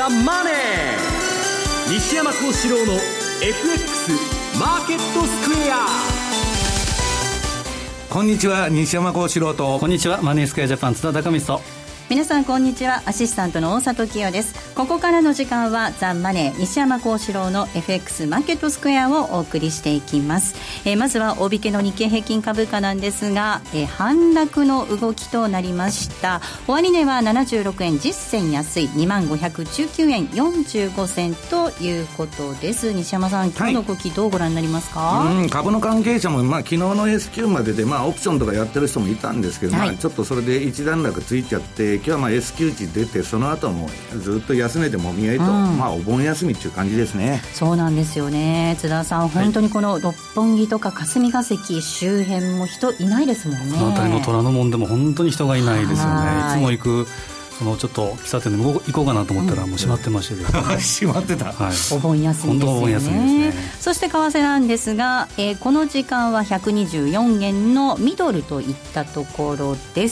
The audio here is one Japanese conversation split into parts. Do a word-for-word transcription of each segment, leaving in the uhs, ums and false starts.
ザ・マネー、西山幸四郎の エフエックス マーケットスクエア。 こんにちは、西山幸四郎と。 こんにちは、マネースクエアジャパン津田高光と。 皆さんこんにちは、アシスタントの大里清です。ここからの時間はザ・マネー西山幸四郎の エフエックス マーケットスクエアをお送りしていきます。えー、まずは大引けの日経平均株価なんですが、えー、反落の動きとなりました。終値はななじゅうろくえんじゅっせん安い にまんごひゃくじゅうきゅうえんよんじゅうごせんということです。西山さん、今日の動きどうご覧になりますか？ はい、うん株の関係者も、まあ、昨日の エスキュー までで、まあ、オプションとかやってる人もいたんですけど、はい、まあ、ちょっとそれで一段落ついちゃって、今日はまあ エスキュー 値出て、その後もずっと安値でもみ合いと、うん、まあ、お盆休みっていう感じですね。 そうなんですよね。津田さん、本当にこの六本木とか霞が関周辺も人いないですもんね。 この辺りの虎ノ門でも本当に人がいないですよね。いつも行くそのちょっと喫茶店でも行こうかなと思ったらもう閉まってましたけど、ね、 閉まってた、はい、 お盆休みですよね。 本当お盆休みですね。 そして為替なんですが、えー、この時間はひゃくにじゅうよんえんのミドルといったところです。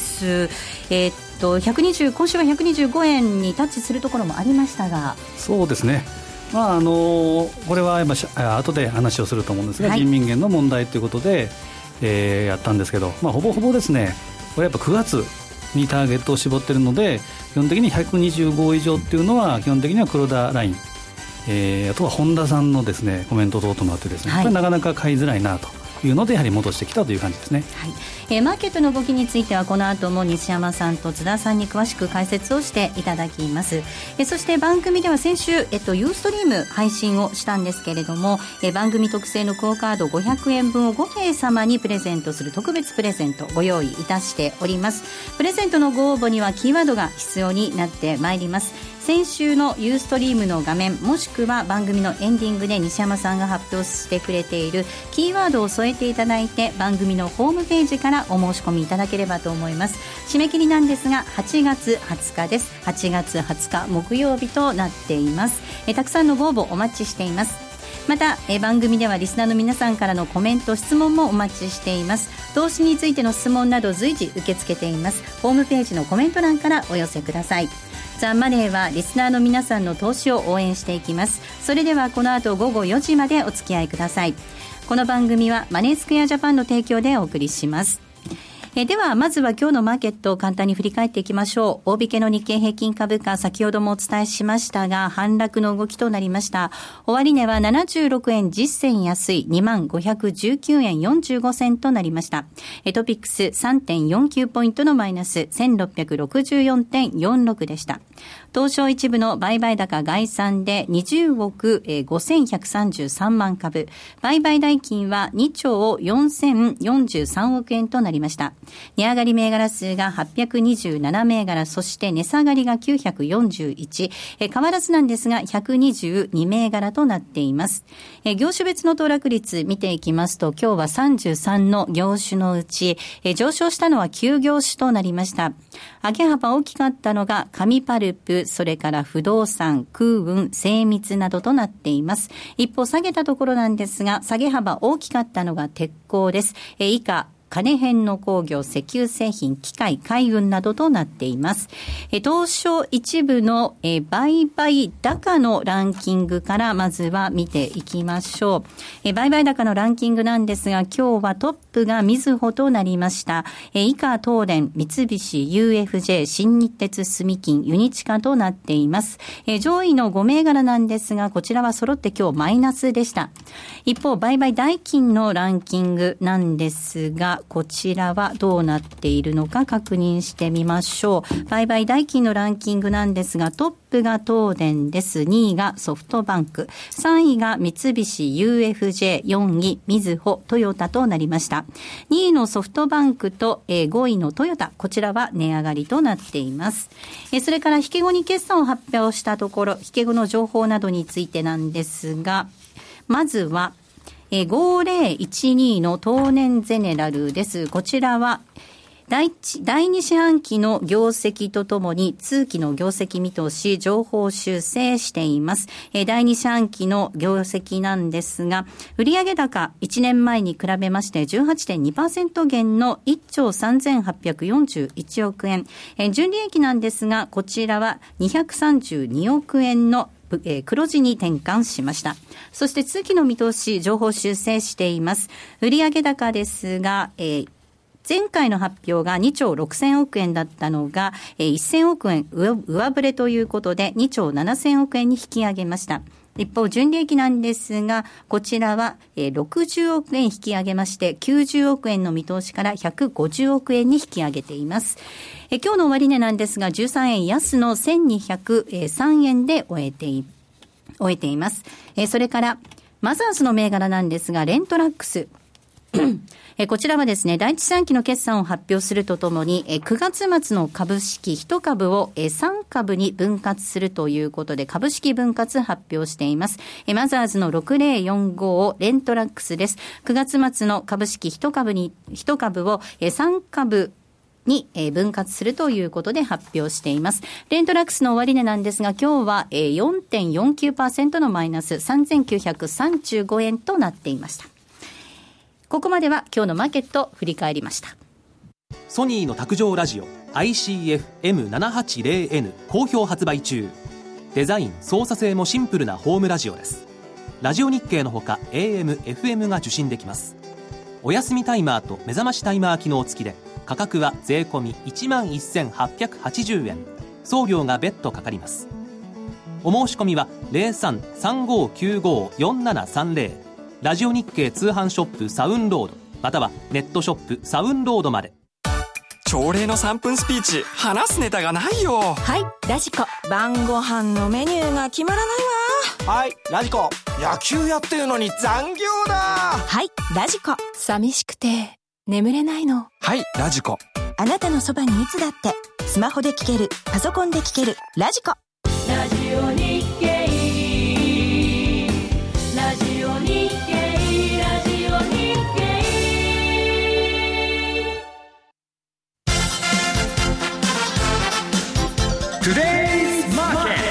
えー、っとひゃくにじゅう今週はひゃくにじゅうごえんにタッチするところもありましたが、 そうですね、まああのー、これはやっぱ後で話をすると思うんですが、はい、人民元の問題ということで、えー、やったんですけど、まあ、ほぼほぼですね、これやっぱくがつにターゲットを絞っているので、基本的にひゃくにじゅうご以上っていうのは基本的には黒田ライン、えー、あとは本田さんのですねコメント等ともあってですね、はい、これなかなか買いづらいなというので、やはり戻してきたという感じですね。 はい、えー、マーケットの動きについてはこの後も西山さんと津田さんに詳しく解説をしていただきます。えー、そして番組では先週、えっと、ユーストリーム配信をしたんですけれども、えー、番組特製のクオカードごひゃくえんぶんをごめいさまにプレゼントする特別プレゼントご用意いたしております。プレゼントのご応募にはキーワードが必要になってまいります。先週のユーストリームの画面、もしくは番組のエンディングで西山さんが発表してくれているキーワードを添えていただいて、番組のホームページからお申し込みいただければと思います。締め切りなんですがはちがつはつかです。はちがつはつか木曜日となっています。えたくさんのご応募お待ちしています。またえ番組ではリスナーの皆さんからのコメント質問もお待ちしています。投資についての質問など随時受け付けています。ホームページのコメント欄からお寄せください。ザ・マネーはリスナーの皆さんの投資を応援していきます。それではこの後午後よじまでお付き合いください。この番組はマネースクエアジャパンの提供でお送りします。えではまずは今日のマーケットを簡単に振り返っていきましょう。大引けの日経平均株価、先ほどもお伝えしましたが反落の動きとなりました。終値はななじゅうろくえんじゅっせん安い にまんごひゃくじゅうきゅうえんよんじゅうごせんとなりました。トピックス さんてんよんきゅう ポイントのマイナス せんろっぴゃくろくじゅうよんてんよんろく でした。東証一部の売買高概算でにじゅうおくごせんひゃくさんじゅうさんまんかぶ、売買代金はにちょうよんせんよんじゅうさんおくえんとなりました。値上がり銘柄数がはっぴゃくにじゅうななめいがら、そして値下がりがきゅうひゃくよんじゅういち、え変わらずなんですがひゃくにじゅうにめいがらとなっています。え業種別の騰落率見ていきますと、今日はさんじゅうさんの業種のうちえ上昇したのはきゅうぎょうしゅとなりました。上げ幅大きかったのが紙パルプ、それから不動産、空運、精密などとなっています。一方下げたところなんですが、下げ幅大きかったのが鉄鋼です。え以下金編の工業、石油製品、機械、海運などとなっています。え東証一部のえ売買高のランキングからまずは見ていきましょう。え売買高のランキングなんですが、今日はトップがみずほとなりました。え以下東電、三菱 ユーエフジェー、新日鉄、住金、ユニチカとなっています。え上位のごめいがらなんですが、こちらは揃って今日マイナスでした。一方売買代金のランキングなんですが、こちらはどうなっているのか確認してみましょう。売買代金のランキングなんですが、トップが東電です。にいがソフトバンク、さんいが三菱 ユーエフジェー、よんいみずほ、トヨタとなりました。にいのソフトバンクとごいのトヨタ、こちらは値上がりとなっています。それから引け後に決算を発表したところ、引け後の情報などについてなんですが、まずはごせんいちにの東電ゼネラルです。こちらは第一、第二四半期の業績とともに通期の業績見通し上方修正しています。えー、第二四半期の業績なんですが、売上高いちねんまえに比べまして じゅうはちてんにパーセント 減のいっちょうさんぜんはっぴゃくよんじゅういちおくえん、えー、純利益なんですがこちらはにひゃくさんじゅうにおくえんのえー、黒字に転換しました。そして通期の見通し上方修正しています。売上高ですが、えー前回の発表がにちょうろくせんおくえんだったのが、えー、せんおくえん上、上振れということでにちょうななせんおくえんに引き上げました。一方純利益なんですがこちらは、えー、ろくじゅうおくえん引き上げましてきゅうじゅうおくえんの見通しからひゃくごじゅうおくえんに引き上げています。えー、今日の終値なんですがじゅうさんえん安のせんにひゃくさんえんで終えてい、終えています。えー、それからマザーズの銘柄なんですがレントラックスえこちらはですね、第一四半期の決算を発表するとともに、えくがつ末の株式いちかぶをえさんかぶに分割するということで、株式分割発表しています。えマザーズのろくぜろよんごレントラックスです。くがつ末の株式いちかぶに、いちかぶをえさんかぶに分割するということで発表しています。レントラックスの終値なんですが今日は よんてんよんきゅうパーセント のマイナスさんぜんきゅうひゃくさんじゅうごえんとなっていました。ここまでは今日のマーケット振り返りました。 ソニーの卓上ラジオ アイシーエフエムななはちぜろエヌ 好評発売中。デザイン操作性もシンプルなホームラジオです。ラジオ日経のほか エーエム、エフエム が受信できます。お休みタイマーと目覚ましタイマー機能付きで価格は税込み いちまんせんはっぴゃくはちじゅうえん、送料が別途かかります。お申し込みは ゼロさん さんごきゅうご よんななさんゼロラジオ日経通販ショップサウンロードまたはネットショップサウンロードまで。 朝礼のさんぷんスピーチ話すネタがないよ。 はいラジコ晩ご飯のメニューが決まらないわ。はいラジコ野球やってるのに残業だ。 はいラジコ寂しくて眠れないの。 はいラジコあなたのそばにいつだってスマホで聞けるパソコンで聞けるラジコ。 ラジオ日経ラジオ日経ラジオ日経トゥデイズマーケット。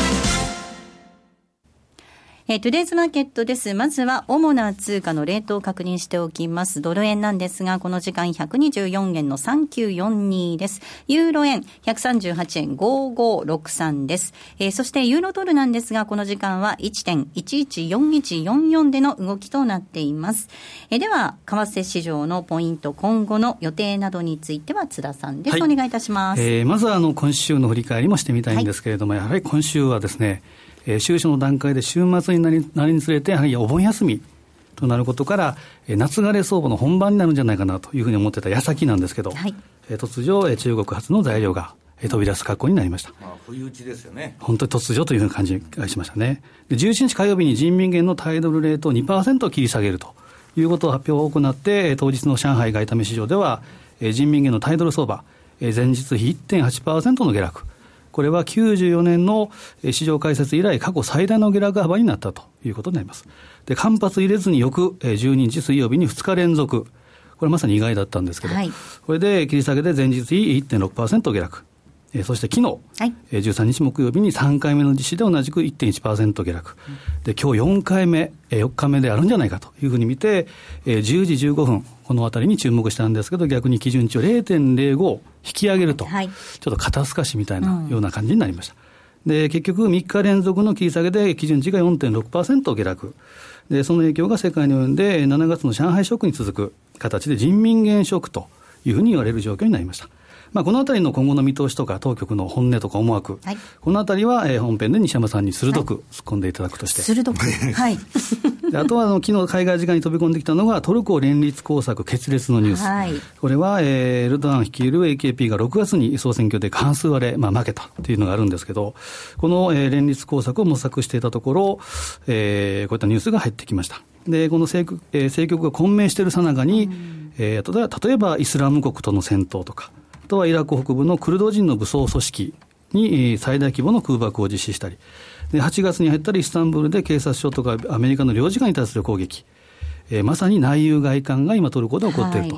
えー、トゥデイズマーケットです。まずは主な通貨のレートを確認しておきます。ドル円なんですがこの時間ひゃくにじゅうよんえんのさんきゅうよんにです。ユーロ円ひゃくさんじゅうはちえんごごろくさんです。えー、そしてユーロドルなんですがこの時間は いちてんいちいちよんいちよんよん での動きとなっています。えー、では為替市場のポイント今後の予定などについては津田さんです、はい、お願いいたします。 えー、まずはあの今週の振り返りもしてみたいんですけれども、はい、やはり今週はですねえー、週初の段階で週末になり、なりにつれてやはりお盆休みとなることから、えー、夏枯れ相場の本番になるんじゃないかなというふうに思ってた矢先なんですけど、はい、えー、突如、えー、中国発の材料が、えー、飛び出す格好になりました。 まあ、不意打ちですよね。 本当に突如というふうな感じがしましたね。でじゅういちにち火曜日に人民元の対ドルレートを にパーセント を切り下げるということを発表を行って、当日の上海外為市場では、えー、人民元の対ドル相場、えー、前日比 いってんはちパーセント の下落、これはきゅうじゅうよねんの市場開設以来過去最大の下落幅になったということになります。で間髪入れずに翌じゅうににち水曜日にふつか連続、これまさに意外だったんですけど、はい、これで切り下げで前日比 いってんろくパーセント 下落、えー、そして昨日、はい、じゅうさんにち木曜日にさんかいめの実施で同じく いってんいちパーセント 下落、うん、で今日よんかいめ、よっかめであるんじゃないかというふうに見て、じゅうじじゅうごふんこのあたりに注目したんですけど、逆に基準値を れいてんれいご 引き上げると、はい、ちょっと肩透かしみたいなような感じになりました、うん、で結局みっか連続の切り下げで基準値が よんてんろくパーセント 下落で、その影響が世界に及んでしちがつの上海ショックに続く形で人民元ショックというふうに言われる状況になりました。まあ、このあたりの今後の見通しとか当局の本音とか思惑、はい、このあたりは、えー、本編で西山さんに鋭く突っ込んでいただくとして、はい、 鋭く、はい、 であとはあの昨日海外時間に飛び込んできたのがトルコ連立工作決裂のニュース、はい、これは、えー、エルドアン率いる エーケーピー がろくがつに総選挙で過半数割れ、まあ、負けたというのがあるんですけど、この、えー、連立工作を模索していたところ、えー、こういったニュースが入ってきました。でこの政局、えー、政局が混迷しているさなかに、えー、例えばイスラム国との戦闘とか、あとはイラク北部のクルド人の武装組織に最大規模の空爆を実施したり、ではちがつに入ったらイスタンブールで警察署とかアメリカの領事館に対する攻撃、えー、まさに内憂外患が今トルコで起こっていると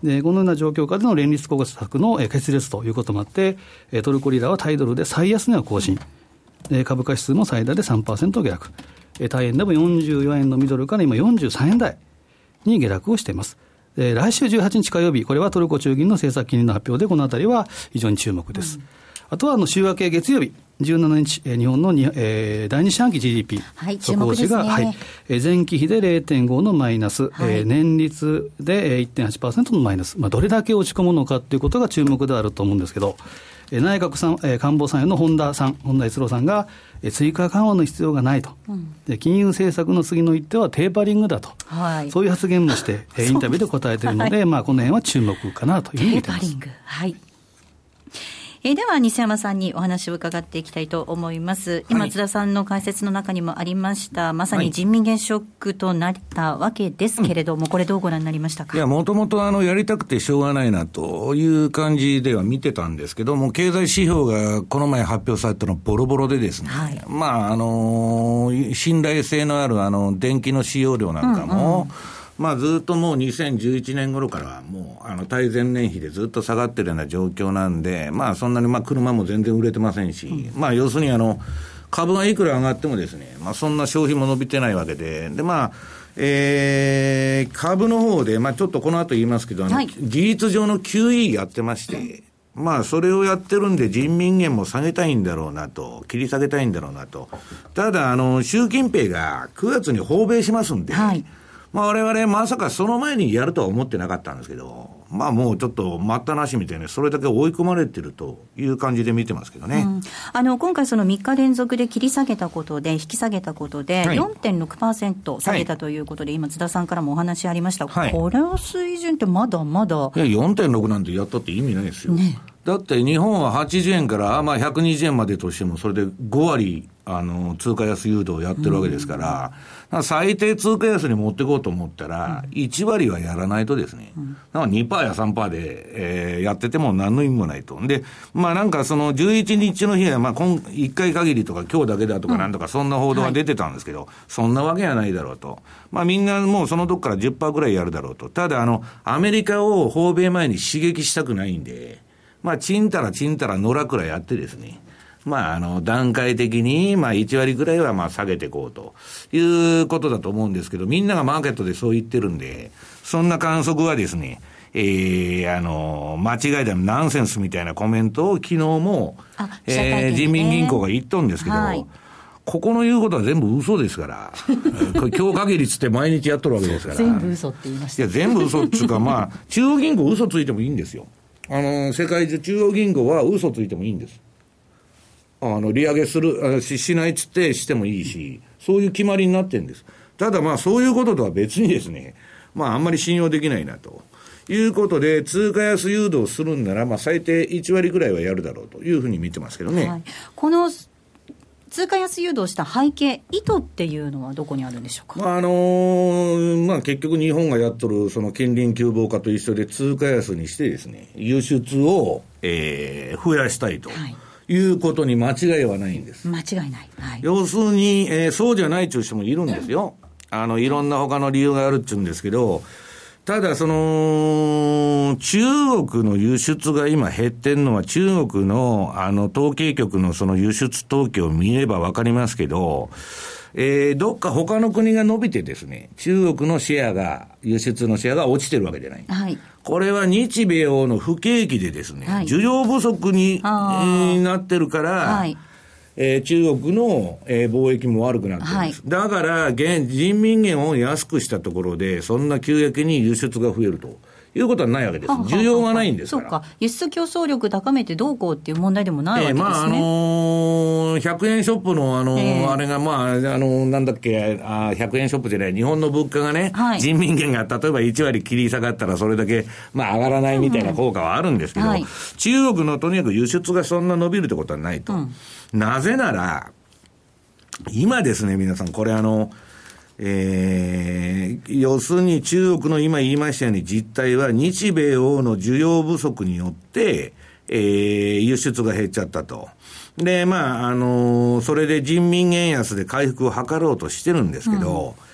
でこのような状況下での連立交渉策の決裂ということもあって、トルコリラはタイドルで最安値を更新、株価指数も最大で さんパーセント 下落、タイ円でもよんじゅうよえんのミドルから今よんじゅうさんえん台に下落をしています。で来週じゅうはちにち火曜日、これはトルコ中銀の政策金利の発表で、このあたりは非常に注目です。うん、あとはあの週明け月曜日じゅうしちにち、えー、日本のに、えー、第二四半期 ジーディーピー、 はい、 速報値が、 ねはいえー、前期比で れいてんご のマイナス、はいえー、年率で いってんはちパーセント のマイナス、まあ、どれだけ落ち込むのかということが注目であると思うんですけど、えー、内閣さん、えー、官房参与の本田さん本田悦郎さんが、えー、追加緩和の必要がないと、うん、で金融政策の次の一手はテーパリングだと、はい、そういう発言もして、えー、インタビューで答えているので、はいまあ、この辺は注目かなというふうに見ています。 テーパリング、はいえー、では西山さんにお話を伺っていきたいと思います。今、はい、津田さんの解説の中にもありましたまさに人民元ショックとなったわけですけれども、はい、これどうご覧になりましたか。 いやもともとあのやりたくてしょうがないなという感じでは見てたんですけども、経済指標がこの前発表されたのボロボロでですね、はい、まああの信頼性のあるあの電気の使用量なんかも、うんうんまあ、ずっともうにせんじゅういちねん頃からもうあの対前年比でずっと下がってるような状況なんで、まあそんなにまあ車も全然売れてませんし、うん、まあ要するにあの株がいくら上がってもですね、まあそんな消費も伸びてないわけで、でまあ、えー、株の方でまあちょっとこの後言いますけど、あの、はい、事実上の キューイー やってまして、まあそれをやってるんで人民元も下げたいんだろうなと、切り下げたいんだろうなと。ただあの習近平がくがつに訪米しますんで、はいまあ我々まさかその前にやるとは思ってなかったんですけど、まあもうちょっと待ったなしみたいな、それだけ追い込まれてるという感じで見てますけどね。うん、 あの今回そのみっか連続で切り下げたことで引き下げたことで よんてんろくパーセント 下げたということで、はい、今津田さんからもお話ありました、はい、これの水準ってまだまだ。 いや よんてんろく なんてやったって意味ないですよ。ねだって日本ははちじゅうえんからまあひゃくにじゅうえんまでとしてもそれでごわりあの通貨安誘導をやってるわけですから、うん、だから最低通貨安に持っていこうと思ったらいちわりはやらないとですね、うん、だから にパーセント や さんパーセント で、えー、やってても何の意味もないと。でまあなんかそのじゅういちにちの日はまあ今いっかい限りとか今日だけだとかなんとかそんな報道が出てたんですけど、うんはい、そんなわけはないだろうと。まあみんなもうそのとこから じゅっパーセント ぐらいやるだろうと。ただあのアメリカを訪米前に刺激したくないんで、まあ、ちんたらちんたらのらくらやってですね、まあ、あの、段階的に、まあ、いちわりぐらいは、まあ、下げていこうということだと思うんですけど、みんながマーケットでそう言ってるんで、そんな観測はですね、えー、あの、間違いだ、ナンセンスみたいなコメントを昨日も、えー、人民銀行が言っとんですけど、はいここの言うことは全部嘘ですから。今日限りつって毎日やっとるわけですから。 全部嘘って言いました。 いや、全部嘘っていうか、まあ、中央銀行嘘ついてもいいんですよ。あの、世界中中央銀行は嘘ついてもいいんです。あの、利上げする、し、しないっつってしてもいいし、そういう決まりになってるんです。ただまあ、そういうこととは別にですね、まあ、あんまり信用できないなと。いうことで、通貨安誘導するんなら、まあ、最低いちわりぐらいはやるだろうというふうに見てますけどね。はい、 この通貨安誘導した背景、意図っていうのはどこにあるんでしょうか。 まああのーまあ、結局日本がやっとるその近隣急防化と一緒で通貨安にしてですね、輸出を、えー、増やしたいということに間違いはないんです。 間違いない。はい、 要するに、えー、そうじゃないという人もいるんですよ。あのいろんな他の理由があるっちゅうんですけど、ただその中国の輸出が今減ってんのは中国のあの統計局のその輸出統計を見ればわかりますけど、えー、どっか他の国が伸びてですね、中国のシェアが輸出のシェアが落ちてるわけじゃない。はい、これは日米欧の不景気でですね、はい、需要不足に、えー、なってるから。はいえー、中国の、えー、貿易も悪くなってるんです。はい、だから、現、人民元を安くしたところで、そんな急激に輸出が増えるということはないわけです。ははは需要がないんですから。 そうか。輸出競争力高めてどうこうっていう問題でもないわけですね。えー、まあ、あのー、ひゃくえんショップの、あのーえー、あれが、まあ、あのー、なんだっけ、あ、ひゃくえんショップじゃない、日本の物価がね、はい、人民元が例えばいちわり切り下がったら、それだけ、まあ、上がらないみたいな効果はあるんですけど、うんはい、中国のとにかく輸出がそんな伸びるってことはないと。うん、なぜなら、今ですね、皆さん、これあの、えー、要するに中国の今言いましたように実態は日米欧の需要不足によって、えー、輸出が減っちゃったと。で、まあ、あのー、それで人民元安で回復を図ろうとしてるんですけど、うん、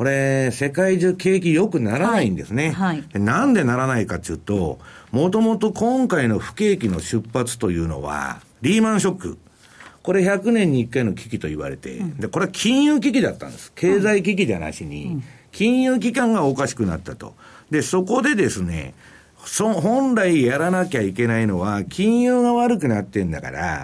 これ、世界中景気良くならないんですね。はいはい、なんでならないかというと、もともと今回の不景気の出発というのは、リーマンショック。これひゃくねんにいっかいの危機と言われて、うん、で、これは金融危機だったんです。経済危機じゃなしに、うん、金融機関がおかしくなったと。で、そこでですね、そ本来やらなきゃいけないのは、金融が悪くなってんだから、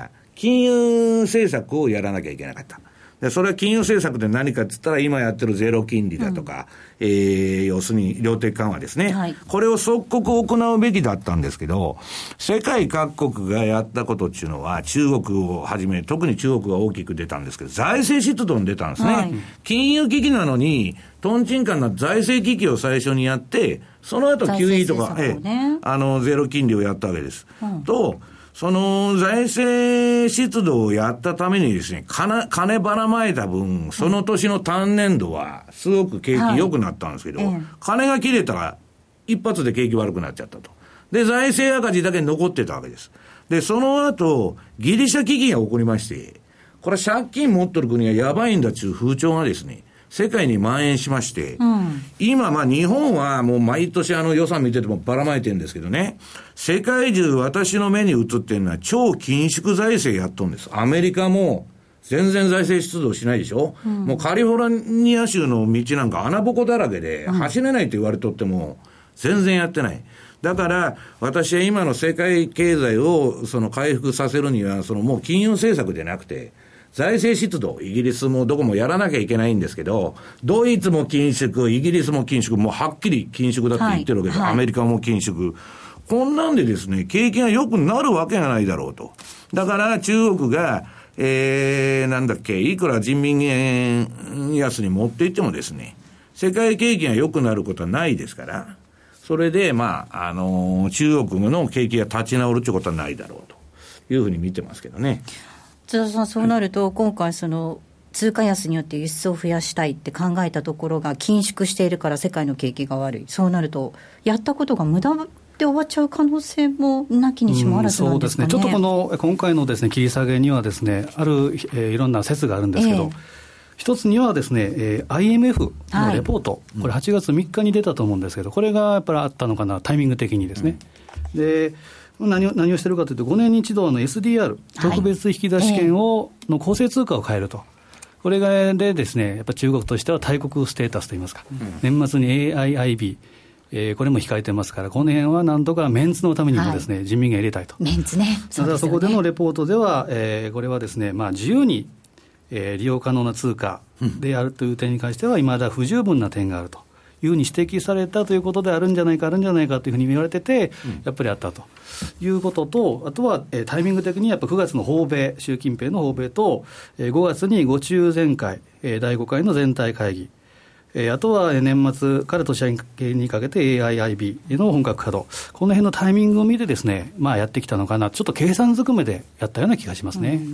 金融政策をやらなきゃいけなかった。で、それは金融政策で何かって言ったら、今やってるゼロ金利だとか、うん、えー、要するに量的緩和ですね、はい。これを即刻行うべきだったんですけど、世界各国がやったことっていうのは、中国をはじめ、特に中国が大きく出たんですけど、財政出動に出たんですね。はい、金融危機なのに、トンチンカンな財政危機を最初にやって、その後 キューイー とか、ね、えあの、ゼロ金利をやったわけです。うん、と、その財政出動をやったためにですね、金、金ばらまいた分、その年の単年度はすごく景気良くなったんですけど、はい、金が切れたら一発で景気悪くなっちゃったと。で、財政赤字だけ残ってたわけです。で、その後、ギリシャ危機が起こりまして、これ借金持ってる国はやばいんだっていう風潮がですね、世界に蔓延しまして、うん、今、まあ日本はもう毎年あの予算見ててもばらまいてるんですけどね、世界中私の目に映ってるのは超緊縮財政やっとんです。アメリカも全然財政出動しないでしょ、うん、もうカリフォルニア州の道なんか穴ぼこだらけで走れないって言われとっても全然やってない。だから私は今の世界経済をその回復させるにはそのもう金融政策でなくて財政出動、イギリスもどこもやらなきゃいけないんですけど、ドイツも緊縮、イギリスも緊縮、もうはっきり緊縮だって言ってるわけです、はいはい、アメリカも緊縮。こんなんでですね、景気が良くなるわけがないだろうと。だから中国が、えー、なんだっけ、いくら人民元安に持っていってもですね、世界景気が良くなることはないですから、それで、まあ、あのー、中国の景気が立ち直るということはないだろうというふうに見てますけどね。 津田さん、そうなると今回その通貨安によって輸出を増やしたいって考えたところが緊縮しているから世界の景気が悪い、そうなるとやったことが無駄で終わっちゃう可能性もなきにしもあらずなんですかね。 そうですね、ちょっとこの今回のですね切り下げにはですねある、えー、いろんな説があるんですけど、えー、一つにはですね、えー、アイエムエフ のレポート、はい、これはちがつみっかに出たと思うんですけど、これがやっぱりあったのかな、タイミング的にですね、うん、で何を、何をしているかというと、ごねんに一度の エスディーアール、特別引き出し権を、はい、の構成通貨を変えると、これがでですね、やっぱ中国としては大国ステータスといいますか、うん、年末に エーアイアイビー、えー、これも控えてますから、この辺はなんとかメンツのためにもですね、はい、人民元入れたいと。 メンツね。 ただそこでのレポートでは、えー、これはですね、まあ、自由に、えー、利用可能な通貨であるという点に関しては、いまだ不十分な点があるというふうに指摘されたということで、あるんじゃないか、あるんじゃないかというふうに言われてて、うん、やっぱりあったということと、あとは、えー、タイミング的にやっぱくがつの訪米、習近平の訪米と、えー、ごがつにご中全会、えー、だいごかいの全体会議、えー、あとは年末から年明けにかけて エーアイアイビー の本格稼働、この辺のタイミングを見てですね、まあ、やってきたのかな、ちょっと計算ずくめでやったような気がしますね。うん、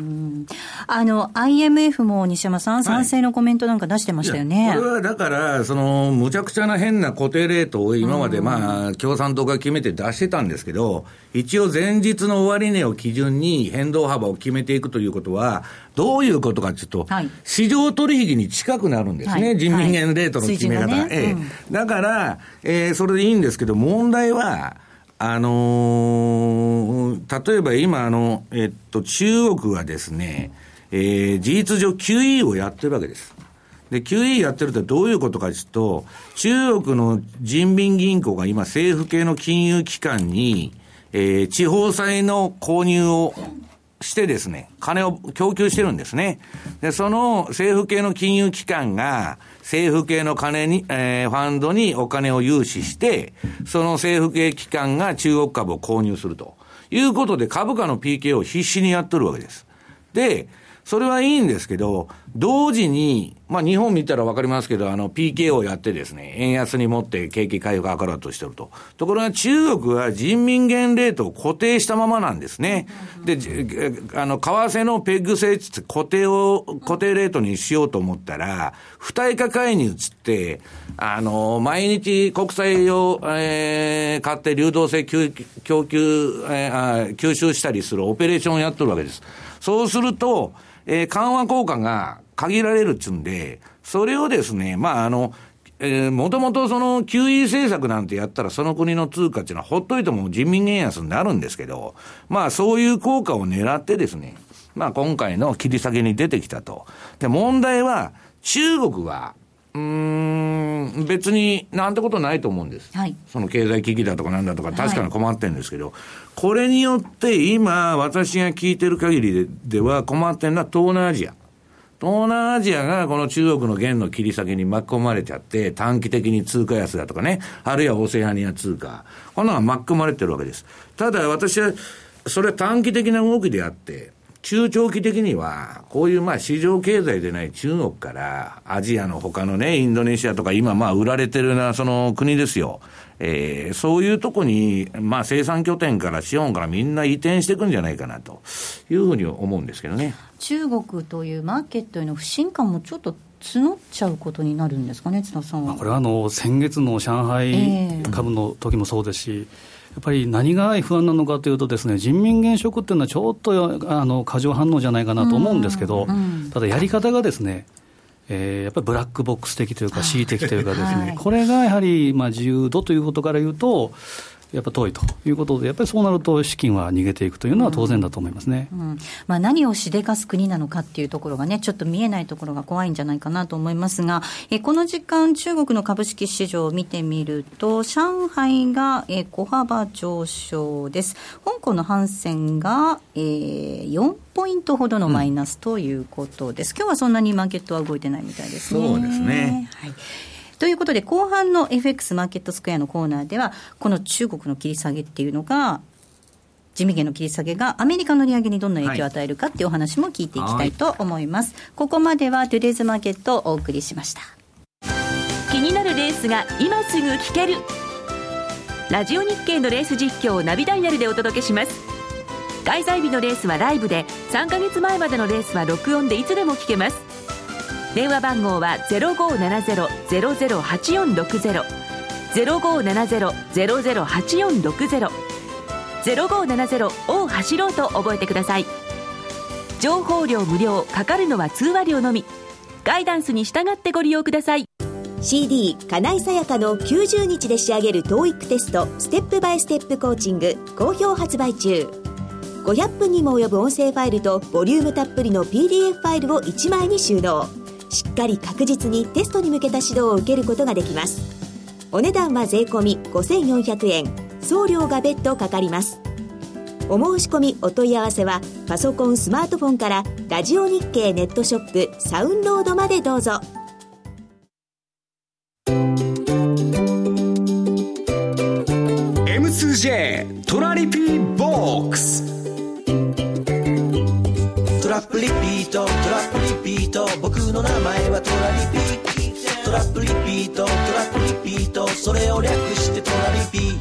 あの アイエムエフ も西山さん、賛成のコメントなんか出してましたよね。 はい、これはだからそのむちゃくちゃな変な固定レートを今まで、まあ、共産党が決めて出してたんですけど、一応前日の終値を基準に変動幅を決めていくということはどういうことかというと、はい、市場取引に近くなるんですね、はい、人民元レートの決め方、はい、ええ、うん、だから、えー、それでいいんですけど、問題はあのー、例えば今あの、えっと、中国はですね、えー、事実上 キューイー をやってるわけです。で キューイー やってるってどういうことかというと、中国の人民銀行が今政府系の金融機関に、えー、地方債の購入をしてですね、金を供給してるんですね。で、その政府系の金融機関が政府系の金に、えー、ファンドにお金を融資して、その政府系機関が中国株を購入するということで、株価の ピーケー を必死にやっとるわけです。で、それはいいんですけど、同時に、まあ日本見たらわかりますけど、あの ピーケー をやってですね、円安に持って景気回復を図ろうとしてると。ところが中国は人民元レートを固定したままなんですね。で、あの、為替のペッグ制つって固定を、固定レートにしようと思ったら、不対価介入つって、あの、毎日国債を、えー、買って流動性供給、えー、吸収したりするオペレーションをやってるわけです。そうすると、えー、緩和効果が限られるっつうんで、それをですね、まあ、あの、 えー、もともとその キューイー 政策なんてやったらその国の通貨っていうのはほっといても人民元安になるんですけど、まあそういう効果を狙ってですね、まあ今回の切り下げに出てきたと。で、問題は中国は、うーん、別になんてことないと思うんです。はい。その経済危機だとかなんだとか確かに困ってるんですけど、はい、これによって今私が聞いてる限り で, では困ってるのは東南アジア。東南アジアがこの中国の元の切り下げに巻き込まれちゃって短期的に通貨安だとかね、あるいはオセアニア通貨、こんなのが巻き込まれてるわけです。ただ私はそれは短期的な動きであって中長期的にはこういうまあ市場経済でない中国からアジアの他のねインドネシアとか今まあ売られてるなその国ですよ、えー、そういうとこにまあ生産拠点から資本からみんな移転していくんじゃないかなというふうに思うんですけどね。 中国というマーケットへの不信感もちょっと募っちゃうことになるんですかね、津田さん。 まあ、これはあの先月の上海株の時もそうですし、えーやっぱり何が不安なのかというとですね、人民元ショックっていうのはちょっとあの過剰反応じゃないかなと思うんですけど、うんうん、ただやり方がですね、えー、やっぱりブラックボックス的というか恣意的というかですね、はい、これがやはりまあ自由度ということから言うとやっぱ遠いということで、やっぱりそうなると資金は逃げていくというのは当然だと思いますね、 うんうんまあ、何をしでかす国なのかっていうところがねちょっと見えないところが怖いんじゃないかなと思いますが、えこの時間中国の株式市場を見てみると上海がえ小幅上昇です。香港のハンセンがえよんポイントほどのマイナスということです、うん、今日はそんなにマーケットは動いてないみたいですね。 そうですね、 はいということで後半の エフエックス マーケットスクエアのコーナーではこの中国の切り下げっていうのが人民元の切り下げがアメリカの利上げにどんな影響を与えるかっていうお話も聞いていきたいと思います、はい、ここまではトゥデイズマーケットをお送りしました。 気になるレースが今すぐ聞けるラジオ日経のレース実況をナビダイヤルでお届けします。開催日のレースはライブでさんかげつまえまでのレースは録音でいつでも聞けます。電話番号は ゼロごーななゼロ ゼロゼロはちよんろくゼロ ゼロごーななゼロ ゼロゼロはちよんろくゼロ ゼロごーななゼロを走ろうと覚えてください。情報料無料、かかるのは通話料のみ。ガイダンスに従ってご利用ください。 シーディー 金井さやかのきゅうじゅうにちで仕上げる トーイック テストステップバイステップコーチング好評発売中。ごひゃっぷんにも及ぶ音声ファイルとボリュームたっぷりの ピーディーエフ ファイルをいちまいに収納。しっかり確実にテストに向けた指導を受けることができます。お値段は税込みごせんよんひゃくえん、送料が別途かかります。お申し込みお問い合わせはパソコンスマートフォンからラジオ日経ネットショップサウンロードまでどうぞ。 エムツージェー トラリピーボックス。 トラップリピートトラップリピート、僕の名前はトラリピ。トラップリピートトラップリピート、それを略してトラリピ。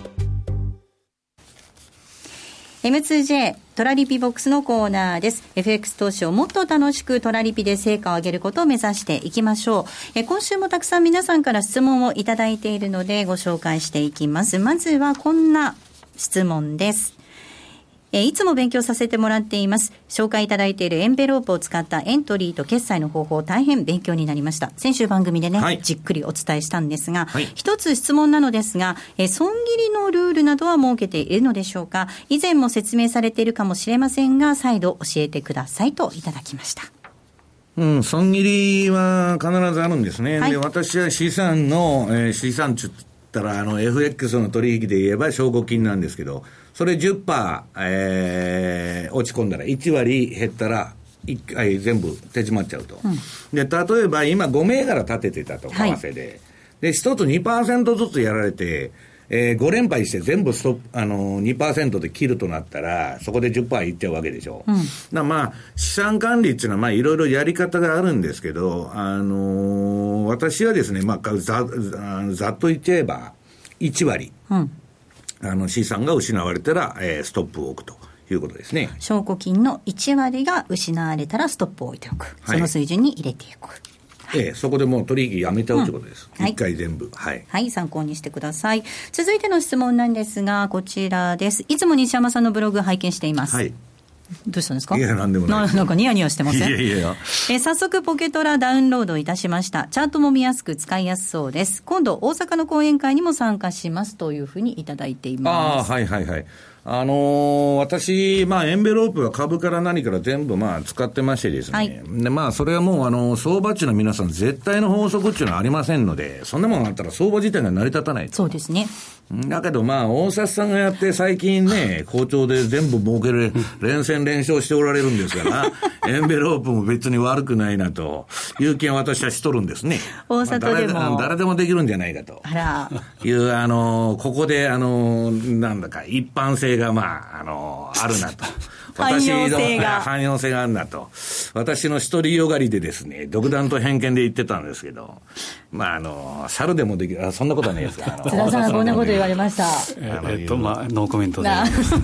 エムツージェー トラリピボックスのコーナーです。 エフエックス 投資をもっと楽しくトラリピで成果を上げることを目指していきましょう。え今週もたくさん皆さんから質問をいただいているのでご紹介していきます。まずはこんな質問です。えいつも勉強させてもらっています。紹介いただいているエンベロープを使ったエントリーと決済の方法、大変勉強になりました。先週番組でね、はい、じっくりお伝えしたんですが、はい、一つ質問なのですが、え損切りのルールなどは設けているのでしょうか。以前も説明されているかもしれませんが、再度教えてくださいといただきました。 うん、損切りは必ずあるんですね、はい、で私は資産の、えー、資産って言ったらあの エフエックス の取引で言えば証拠金なんですけど、それ じゅっパーセント、えー、落ち込んだらいちわり減ったらいっかい全部手締まっちゃうと、うん、で例えば今ご銘柄立ててたと為替で、はい、でひとつ にパーセント ずつやられて、えー、ご連敗して全部ストップあの にパーセント で切るとなったらそこで じゅっパーセント いっちゃうわけでしょ、うん、だまあ資産管理っていうのはまあいろいろやり方があるんですけど、あのー、私はですね、まあ、ざ, ざっと言っちゃえばいちわり、うんあの資産が失われたら、えー、ストップを置くということですね。 証拠金のいちわりが失われたらストップを置いておく、はい、その水準に入れていく、 はいえー、そこでもう取引やめちゃうということです、うん、いっかい全部、はい、 はい、参考にしてください。続いての質問なんですがこちらです。いつも西山さんのブログ拝見しています、はい、 どうしたんですか？ いや、なんでもない。 な, なんかニヤニヤしてません？ いやいやいや。 え早速ポケトラダウンロードいたしました。チャートも見やすく使いやすそうです。今度大阪の講演会にも参加しますというふうにいただいています。 ああ、はいはいはい。あのー、私、まあ、エンベロープは株から何から全部、まあ、使ってましてですね。はい、で、まあ、それはもう、あの、相場値の皆さん、絶対の法則っていうのはありませんので、そんなもんあったら相場自体が成り立たない。 そうですね。 だけど、まあ、大札さんがやって、最近ね、好調で全部儲ける、連戦連勝しておられるんですから、エンベロープも別に悪くないなと、いう気は私はしとるんですね。 大里でも、 まあ、誰, 誰でもできるんじゃないかと。 あら。 いう、あの、ここで、あの、なんだか、一般性が、まあ、あの、あるなと。 汎用性が。 汎用性があるなと。私の一人よがりでですね、独断と偏見で言ってたんですけど、まあ、あの、猿でもできる、あ、そんなことはないですか。 津田さん、こんなこと言われました。 えー、えっと、まあ、ノーコメントで。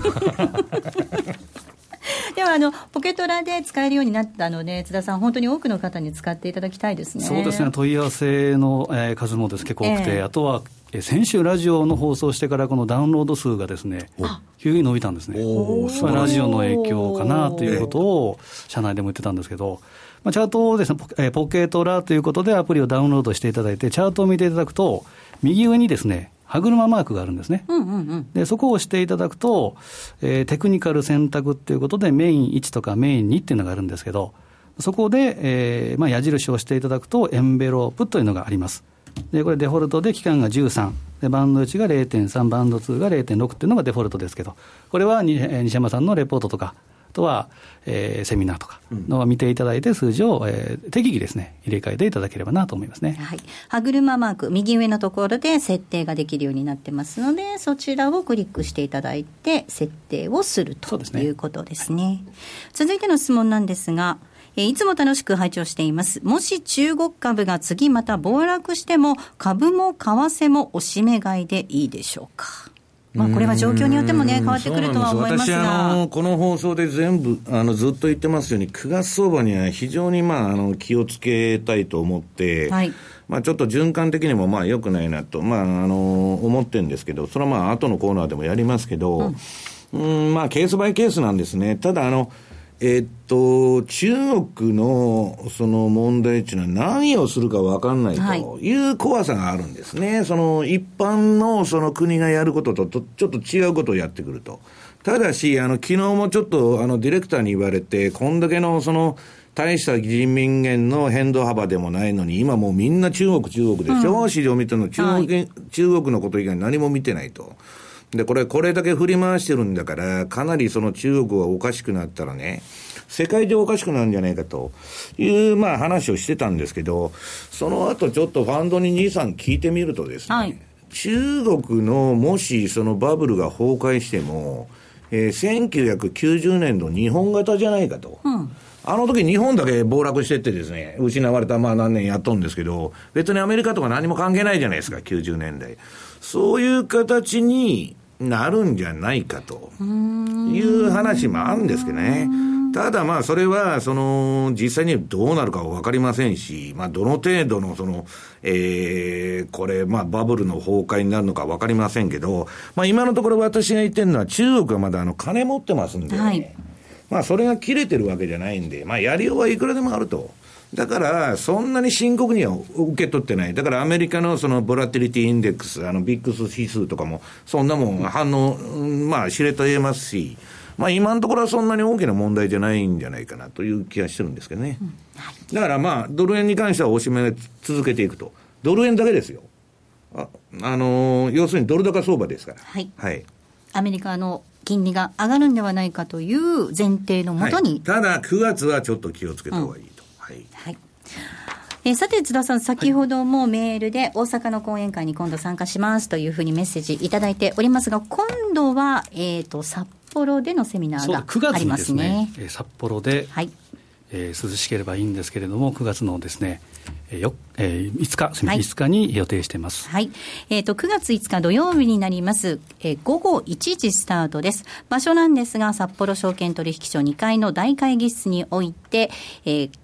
ではあのポケトラで使えるようになったので津田さん本当に多くの方に使っていただきたいですね。 そうですね、問い合わせの、えー、数もです結構多くて、えー、あとは、えー、先週ラジオの放送してからこのダウンロード数がですね急に伸びたんですね。ラジオの影響かなということを社内でも言ってたんですけど、まあ、チャートをですね ポ, えー、ポケトラということでアプリをダウンロードしていただいてチャートを見ていただくと右上にですね歯車マークがあるんですね、 うんうんうん、でそこを押していただくと、えー、テクニカル選択ということでメインいちとかメインにっていうのがあるんですけどそこで、えーまあ、矢印を押していただくとエンベロープというのがあります。でこれデフォルトで期間がじゅうさんでバンドいちが れいてんさん バンドにが れいてんろく っていうのがデフォルトですけどこれはに西山さんのレポートとかあとは、えー、セミナーとかのを見ていただいて数字を、えー、適宜ですね入れ替えていただければなと思いますね。 はい、歯車マーク右上のところで設定ができるようになってますのでそちらをクリックしていただいて設定をするということですね。はい、続いての質問なんですがいつも楽しく拝聴しています。もし中国株が次また暴落しても株も為替もおしめ買いでいいでしょうか。まあ、これは状況によってもね変わってくるとは思いますが、 私あのこの放送で全部あのずっと言ってますようにくがつ相場には非常に、まあ、あの気をつけたいと思って、はいまあ、ちょっと循環的にもまあ良くないなと、まあ、あの思ってるんですけどそれはまあ後のコーナーでもやりますけど、うん、うんまあケースバイケースなんですね。ただあのえっと、中国のその問題っていうのは何をするか分かんないという怖さがあるんですね。はい、その一般のその国がやることとちょっと違うことをやってくると。ただし、あの、昨日もちょっとあのディレクターに言われて、こんだけのその大した人民元の変動幅でもないのに、今もうみんな中国中国でしょ、うん、市場見てるの中国、はい、中国のこと以外何も見てないと。で、これ、これだけ振り回してるんだから、かなりその中国はおかしくなったらね、世界中おかしくなるんじゃないかという、まあ話をしてたんですけど、その後ちょっとファンドに兄さん聞いてみるとですね、はい、中国のもしそのバブルが崩壊しても、えー、せんきゅうひゃくきゅうじゅうねんの日本型じゃないかと。うんあの時日本だけ暴落してってですね、失われたまあ何年やっとんですけど、別にアメリカとか何も関係ないじゃないですか、きゅうじゅうねんだい。そういう形になるんじゃないかという話もあるんですけどね。ただまあそれはその実際にどうなるかは分かりませんし、まあどの程度のその、えー、これまあバブルの崩壊になるのか分かりませんけど、まあ今のところ私が言ってるのは中国はまだあの金持ってますんでね。はいまあそれが切れてるわけじゃないんで、まあやりようはいくらでもあると。だからそんなに深刻には受け取ってない。だからアメリカのそのボラティリティインデックス、あのビックス指数とかもそんなもん反応、まあ知れと言えますし、まあ今のところはそんなに大きな問題じゃないんじゃないかなという気がしてるんですけどね。うんはい、だからまあドル円に関してはおしめ続けていくと。ドル円だけですよ。あ、あのー、要するにドル高相場ですから。 はい。 はい。 アメリカの金利が上がるんではないかという前提のもとに、はい、 ただくがつはちょっと気をつけた方がいいと、うんはいはいえー、さて津田さん先ほどもメールで大阪の講演会に今度参加しますというふうにメッセージいただいておりますが今度は、えー、と札幌でのセミナーがありますね。 くがつにですね札幌で、はいえー、涼しければいいんですけれどもくがつのですねよえー、いつか、はい、いつかに予定しています、 はいえー、とくがついつか土曜日になります、えー、午後いちじスタートです。場所なんですが札幌証券取引所にかいの大会議室において、えー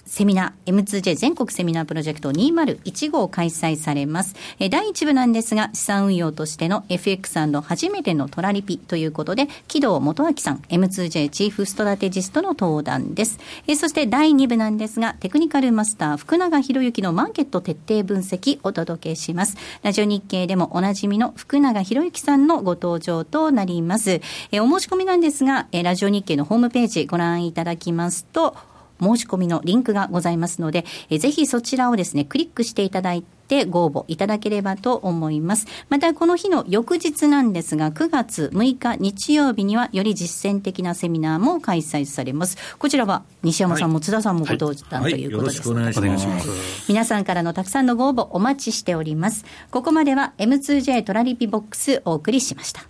セミナー エムツージェー 全国セミナープロジェクトにせんじゅうご開催されます。えだいいち部なんですが、資産運用としての エフエックス 初めてのトラリピということで、木戸元明さん エムツージェー チーフストラテジストの登壇です。えそしてだいに部なんですが、テクニカルマスター福永博之のマーケット徹底分析をお届けします。ラジオ日経でもおなじみの福永博之さんのご登場となります。えお申し込みなんですが、えラジオ日経のホームページご覧いただきますと、申し込みのリンクがございますので、えぜひそちらをですねクリックしていただいてご応募いただければと思います。またこの日の翌日なんですが、くがつむいか日曜日にはより実践的なセミナーも開催されます。こちらは西山さんも津田さんもご登壇、はい、ということです、 はいはい、よろしくお願いします。 皆さんからのたくさんのご応募お待ちしております。ここまでは エムツージェー トラリピボックスお送りしました。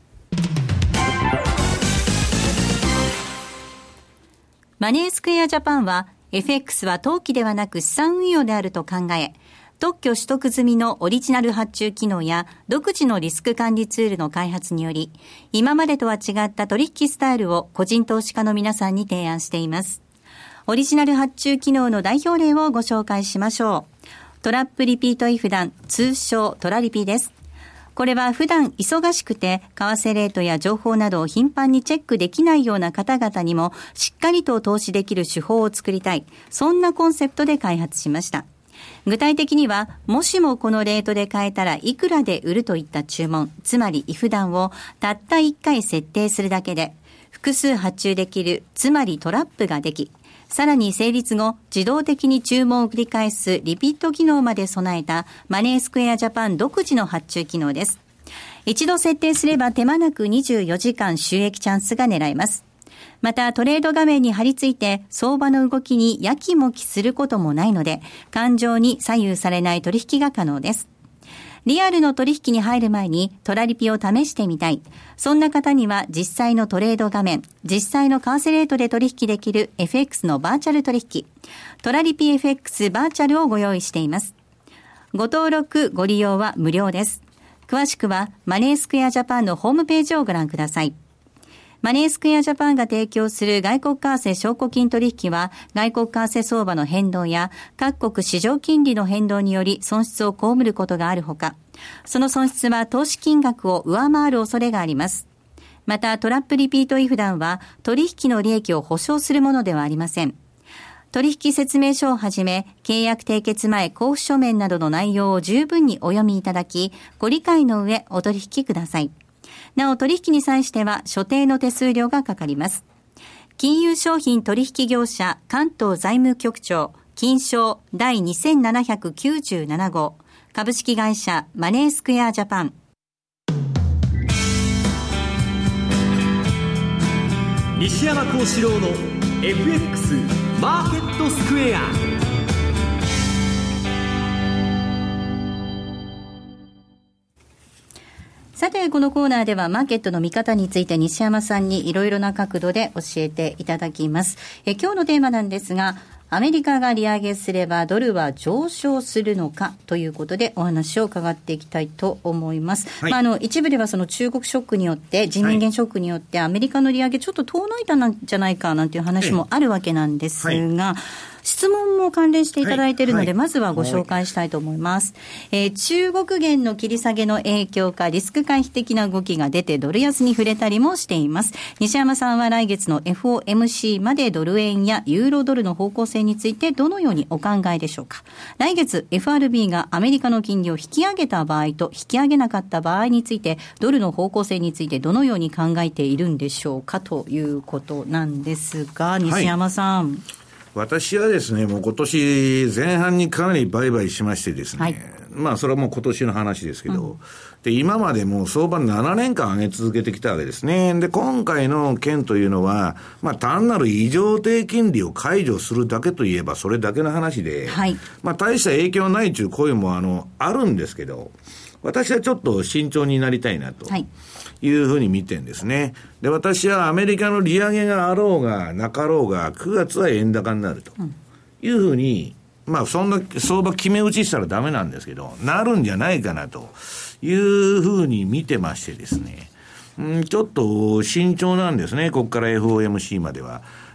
マネースクエアジャパンは エフエックス は投機ではなく資産運用であると考え、特許取得済みのオリジナル発注機能や独自のリスク管理ツールの開発により、今までとは違った取引スタイルを個人投資家の皆さんに提案しています。オリジナル発注機能の代表例をご紹介しましょう。トラップリピートイフダン、通称トラリピです。これは普段忙しくて為替レートや情報などを頻繁にチェックできないような方々にもしっかりと投資できる手法を作りたい、そんなコンセプトで開発しました。具体的には、もしもこのレートで買えたらいくらで売るといった注文、つまりイフダンをたったいっかい設定するだけで複数発注できる、つまりトラップができ、さらに成立後自動的に注文を繰り返すリピート機能まで備えたマネースクエアジャパン独自の発注機能です。一度設定すれば手間なくにじゅうよじかん収益チャンスが狙えます。またトレード画面に貼り付いて相場の動きにやきもきすることもないので、感情に左右されない取引が可能です。リアルの取引に入る前にトラリピを試してみたい、そんな方には実際のトレード画面、実際の為替レートで取引できる エフエックス のバーチャル取引、トラリピ エフエックス バーチャルをご用意しています。ご登録ご利用は無料です。詳しくはマネースクエアジャパンのホームページをご覧ください。マネースクエアジャパンが提供する外国為替証拠金取引は、外国為替相場の変動や各国市場金利の変動により損失を被ることがあるほか、その損失は投資金額を上回る恐れがあります。またトラップリピートイフダンは取引の利益を保証するものではありません。取引説明書をはじめ、契約締結前交付書面などの内容を十分にお読みいただき、ご理解の上お取引ください。なお取引に際しては所定の手数料がかかります。金融商品取引業者関東財務局長金商第にせんななひゃくきゅうじゅうなな号株式会社マネースクエアジャパン。 西山幸四郎の エフエックス マーケットスクエア。 さてこのコーナーではマーケットの見方について西山さんにいろいろな角度で教えていただきます。え今日のテーマなんですが、アメリカが利上げすればドルは上昇するのかということでお話を伺っていきたいと思います、はい。まあ、あの一部ではその中国ショックによって人民元ショックによってアメリカの利上げちょっと遠のいたんじゃないかなんていう話もあるわけなんですが、はい、質問も関連していただいているので、はいはい、まずはご紹介したいと思います、えー、中国元の切り下げの影響かリスク回避的な動きが出てドル安に触れたりもしています。西山さんは来月の エフオーエムシー までドル円やユーロドルの方向性についてどのようにお考えでしょうか。来月 エフアールビー がアメリカの金利を引き上げた場合と引き上げなかった場合についてドルの方向性についてどのように考えているんでしょうかということなんですが、西山さん、はい、 私はですね、もう今年前半にかなり売買しましてですね、はい、まあそれはもう今年の話ですけど、うん、で今までもう相場ななねんかん上げ続けてきたわけですね。で今回の件というのは、まあ単なる異常低金利を解除するだけといえばそれだけの話で、はい、まあ大した影響ないという声もあのあるんですけど、私はちょっと慎重になりたいなというふうに見てるんですね。で、私はアメリカの利上げがあろうがなかろうがくがつは円高になるというふうに、まあそんな相場決め打ちしたらダメなんですけど、なるんじゃないかなというふうに見てましてですね、うん、ちょっと慎重なんですね、ここから エフオーエムシー までは。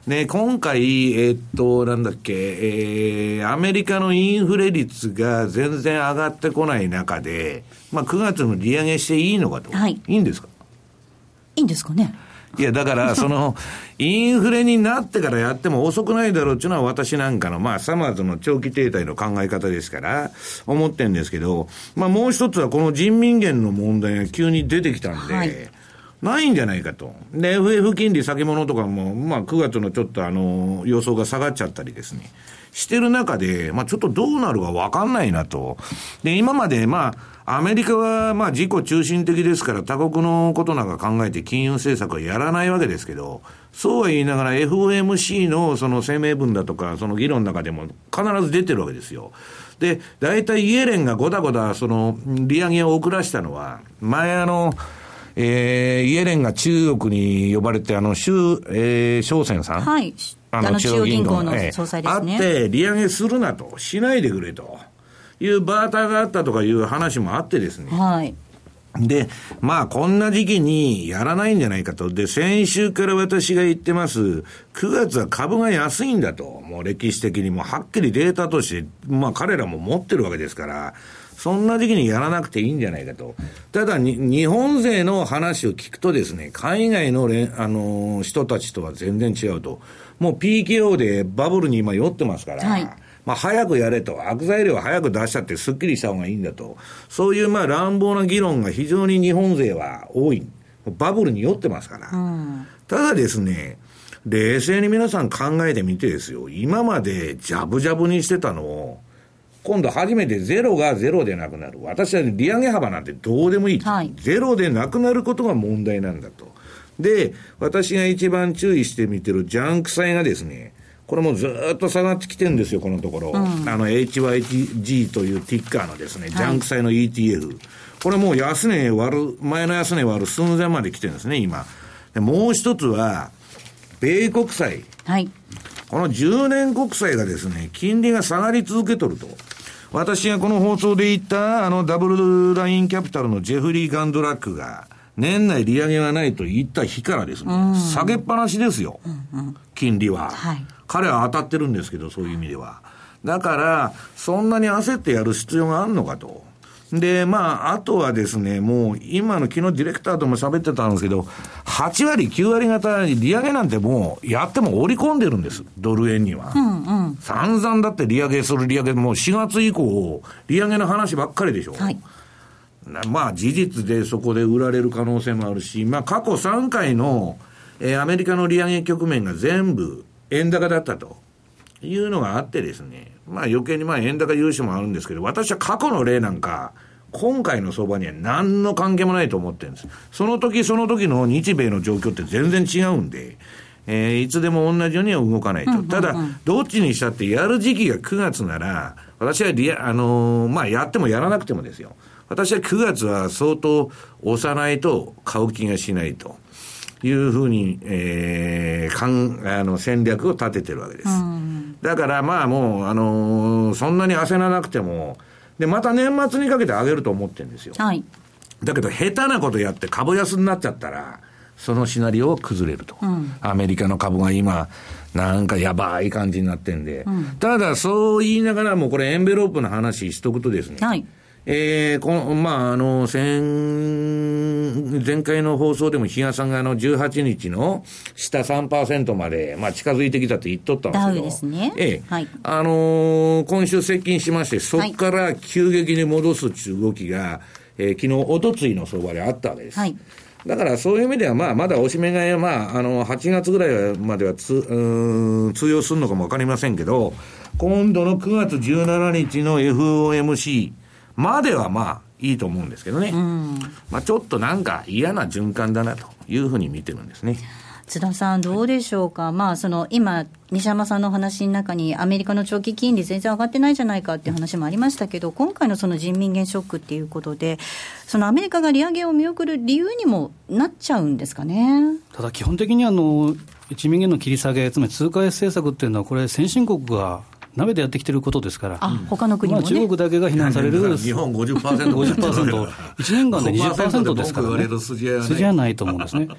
で、今回、えー、っと、なんだっけ、えー、アメリカのインフレ率が全然上がってこない中で、まあ、くがつの利上げしていいのかと。 はい。 いいんですか？ いいんですかね？ いや、だから、その、インフレになってからやっても遅くないだろうっていうのは私なんかの、まあ、サマーズの長期停滞の考え方ですから、思ってるんですけど、まあ、もう一つはこの人民元の問題が急に出てきたんで、はい、ないんじゃないかと。で、エフエフ 金利先物とかも、まあ、くがつのちょっとあの、予想が下がっちゃったりですね、してる中で、まあ、ちょっとどうなるかわかんないなと。で、今まで、まあ、アメリカはまあ自己中心的ですから他国のことなんか考えて金融政策はやらないわけですけど、そうは言いながら エフオーエムシー のその声明文だとかその議論の中でも必ず出てるわけですよ。で、大体イエレンがごだごだその利上げを遅らしたのは、前あの、えー、イエレンが中国に呼ばれてあの、周、えー、小泉さん。 はい。あの中央銀行の総裁ですね。 あって利上げするなと、しないでくれと。いうバーターがあったとかいう話もあってですね。 はい。 で、まあこんな時期にやらないんじゃないかと。で、先週から私が言ってます、くがつは株が安いんだと。もう歴史的にもはっきりデータとして、まあ彼らも持ってるわけですから、そんな時期にやらなくていいんじゃないかと。ただに、日本勢の話を聞くとですね、海外のれ、あのー、人たちとは全然違うと。もう ピーケーオー でバブルに今酔ってますから、はい、まあ、早くやれと、悪材料を早く出しちゃってスッキリした方がいいんだと。そういうまあ乱暴な議論が非常に日本勢は多い。バブルに酔ってますから。うん、ただですね、冷静に皆さん考えてみてですよ。今までジャブジャブにしてたのを、今度初めてゼロがゼロでなくなる。私は利上げ幅なんてどうでもいい。はい、ゼロでなくなることが問題なんだと。で、私が一番注意してみてるジャンク債がですね、これもずーっと下がってきてるんですよ、このところ。うん、あの エイチワイジー というティッカーのですね、ジャンク債の イーティーエフ。はい、これもう安値割る、前の安値割る寸前まで来てるんですね、今。で、もう一つは、米国債。 はい。 このじゅうねん国債がですね、金利が下がり続けとると。私がこの放送で言った、あのダブルラインキャピタルのジェフリー・ガンドラックが、年内利上げがないと言った日からですね、下げっぱなしですよ、うんうん、金利は、はい、彼は当たってるんですけど、そういう意味では。だからそんなに焦ってやる必要があるのかと。で、まああとはですね、もう今の昨日ディレクターとも喋ってたんですけど、はちわりきゅうわり方利上げなんてもうやっても織り込んでるんです、ドル円には、うんうん、散々だって利上げする利上げ、もうしがつ以降利上げの話ばっかりでしょ、はい、まあ事実でそこで売られる可能性もあるし、まあ過去さんかいの、えー、アメリカの利上げ局面が全部円高だったというのがあってですね、まあ余計にまあ円高融資もあるんですけど、私は過去の例なんか今回の相場には何の関係もないと思ってるんです。その時その時の日米の状況って全然違うんで、えー、いつでも同じようには動かないと、うんうんうん、ただどっちにしたってやる時期がくがつなら、私はリあのー、まあやってもやらなくてもですよ、私はくがつは相当押さないと買う気がしないというふうに、えー、かんあの戦略を立ててるわけです。だからまあもう、あのー、そんなに焦らなくても、でまた年末にかけて上げると思ってるんですよ。はい、だけど下手なことやって株安になっちゃったら、そのシナリオは崩れると、うん、アメリカの株が今なんかやばい感じになってんで、うん、ただそう言いながらもこれエンベロープの話しとくとですね、はい、えー、この、まあ、あの、先、前回の放送でも、比嘉さんがあの、じゅうはちにちの下 さんパーセント まで、まあ、近づいてきたって言っとったんですけど。 ダウですね。 ええ。はい。あのー、今週接近しまして、そこから急激に戻すっていう動きが、えー、昨日、おとついの相場であったわけです。はい。だからそういう意味では、まあ、まだおしめ買いは、まあ、あの、はちがつぐらいまではつ、うーん、通用するのかもわかりませんけど、今度のくがつじゅうしちにちの エフオーエムシー、まではまあいいと思うんですけどね、うん、まあ、ちょっとなんか嫌な循環だなというふうに見てるんですね。 津田さんどうでしょうか、まあ、その今西山さんの話の中にアメリカの長期金利全然上がってないじゃないかっていう話もありましたけど、今回のその人民元ショックっていうことで、そのアメリカが利上げを見送る理由にもなっちゃうんですかね。 ただ基本的にあの人民元の切り下げ、つまり通貨安政策っていうのはこれ先進国が鍋でやってきてることですから、 あ、他の国もね、 まあ、中国だけが非難される日本 ごじゅっパーセントごじゅっパーセント いちねんかんで にじゅっパーセント ですからね、筋合いはないと思うんですね。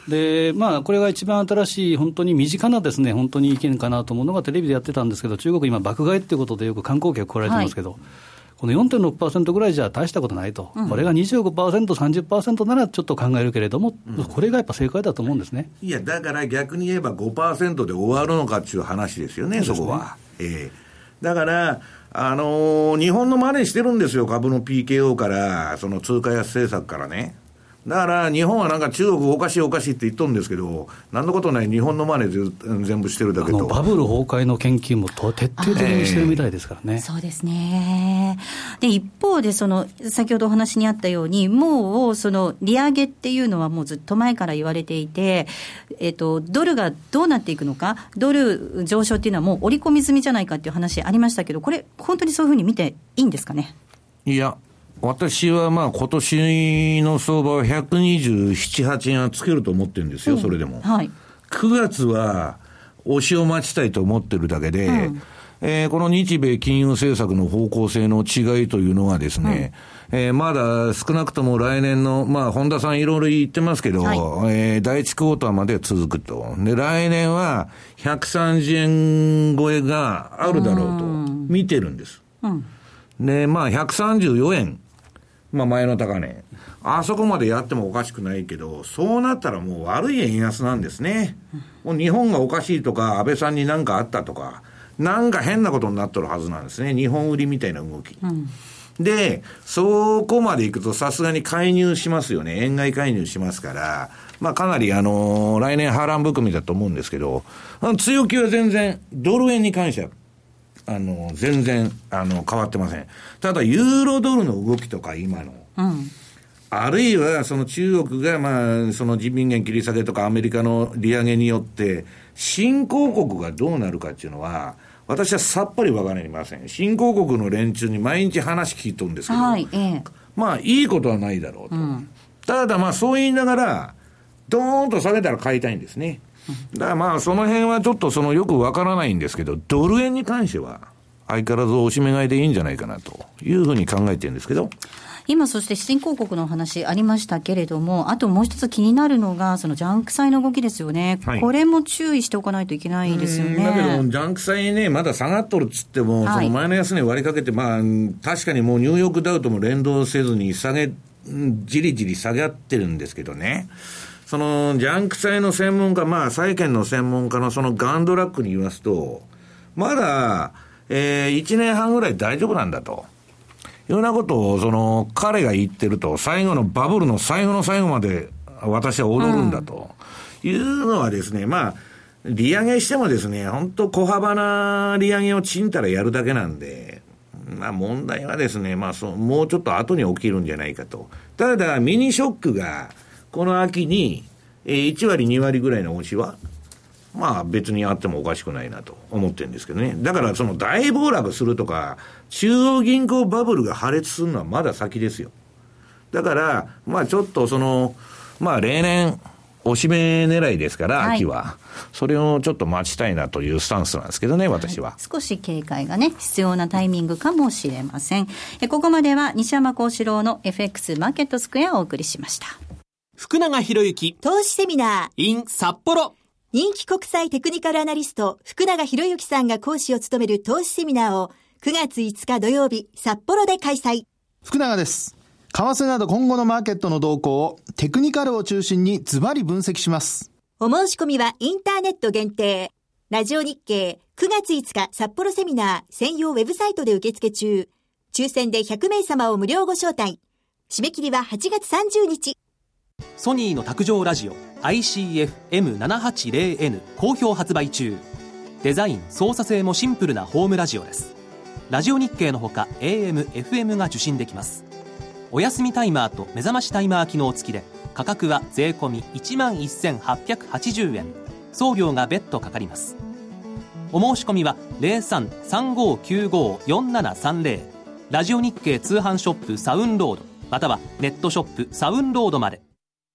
でまあ、これが一番新しい本当に身近なですね本当に意見かなと思うのがテレビでやってたんですけど、中国今爆買いっていうことでよく観光客来られてますけど、はい、この よんてんろくパーセント ぐらいじゃ大したことないと、うん、これが にじゅうごパーセント、さんじゅっパーセント ならちょっと考えるけれども、うん、これがやっぱ正解だと思うんですね。 いやだから逆に言えば ごパーセント で終わるのかっていう話ですよね、そこは。えー、だからあのー、日本の真似してるんですよ、株の ピーケーオー からその通貨安政策からね。だから日本はなんか中国おかしいおかしいって言っとるんですけど、何のことない日本の真似で全部してるだけと。 バブル崩壊の研究も徹底的にしてるみたいですからね。 そうですね。で一方でその先ほどお話にあったように、もうその利上げっていうのはもうずっと前から言われていて、えっと、ドルがどうなっていくのか、ドル上昇っていうのはもう織り込み済みじゃないかっていう話ありましたけど、これ本当にそういうふうに見ていいんですかね。 いや私はまあ今年の相場はひゃくにじゅうなな、はちえんはつけると思ってるんですよ、うん、それでも、はい、くがつは押しを待ちたいと思ってるだけで、うんえー、この日米金融政策の方向性の違いというのはですね、うんえー、まだ少なくとも来年の、まあ本田さんいろいろ言ってますけど、はいえー、第一クォーターまで続くと。で、来年はひゃくさんじゅうえん超えがあるだろうと見てるんです。うん、で、まあひゃくさんじゅうよえん。まあ前の高値。あそこまでやってもおかしくないけど、そうなったらもう悪い円安なんですね。もう日本がおかしいとか、安倍さんに何かあったとか、なんか変なことになっとるはずなんですね。日本売りみたいな動き。うん、で、そこまで行くとさすがに介入しますよね。円買い介入しますから、まあかなりあのー、来年波乱含みだと思うんですけど、強気は全然、ドル円に関しては、あの全然あの変わってません。ただユーロドルの動きとか今の、うん、あるいはその中国がまあその人民元切り下げとかアメリカの利上げによって新興国がどうなるかっていうのは私はさっぱりわかりません。新興国の連中に毎日話聞いとるんですけど、はいええ、まあいいことはないだろうと、うん、ただまあそう言いながらドーンと下げたら買いたいんですね。だからまあその辺はちょっとそのよくわからないんですけど、ドル円に関しては相変わらず押し目買いでいいんじゃないかなというふうに考えてるんですけど、 今そして新興国の話ありましたけれども、あともう一つ気になるのがそのジャンク債の動きですよね、はい、これも注意しておかないといけないですよね。 だけどジャンク債ねまだ下がっとるっつっても、はい、その前の安値割りかけて、まあ確かにもうニューヨークダウとも連動せずに下げじりじり下がってるんですけどね、そのジャンク債の専門家、まあ債券の専門家のそのガンドラックに言いますと、まだ、えー、いちねんはんぐらい大丈夫なんだというようなことをその彼が言ってると、最後のバブルの最後の最後まで私は踊るんだというのはですね、うん、まあ利上げしてもですね、本当小幅な利上げをちんたらやるだけなんで、まあ問題はですね、まあそうもうちょっと後に起きるんじゃないかと。ただミニショックがこの秋にいち割に割ぐらいの押しはまあ別にあってもおかしくないなと思ってるんですけどね。だからその大暴落するとか中央銀行バブルが破裂するのはまだ先ですよ。だからまあちょっとそのまあ例年押し目狙いですから、はい、秋はそれをちょっと待ちたいなというスタンスなんですけどね、私は、 はい、少し警戒がね必要なタイミングかもしれません。えここまでは西山幸四郎の エフエックス マーケットスクエアをお送りしました。 福永博之投資セミナー in 札幌。 人気国際テクニカルアナリスト福永博之さんが講師を務める投資セミナーをくがついつか土曜日札幌で開催。 福永です。為替など今後のマーケットの動向をテクニカルを中心にズバリ分析します。 お申し込みはインターネット限定。ラジオ日経くがついつか札幌セミナー専用ウェブサイトで受付中。抽選でひゃくめい様を無料ご招待。締め切りははちがつさんじゅうにち。 ソニーの卓上ラジオ アイシーエフエムななはちゼロエヌ 好評発売中。デザイン操作性もシンプルなホームラジオです。ラジオ日経のほか エーエム、エフエム が受信できます。お休みタイマーと目覚ましタイマー機能付きで価格は税込み いちまんせんはっぴゃくはちじゅうえん、送料が別途かかります。お申し込みは ゼロさん さんごきゅうご よんななさんゼロ ラジオ日経通販ショップサウンロードまたはネットショップサウンロードまで。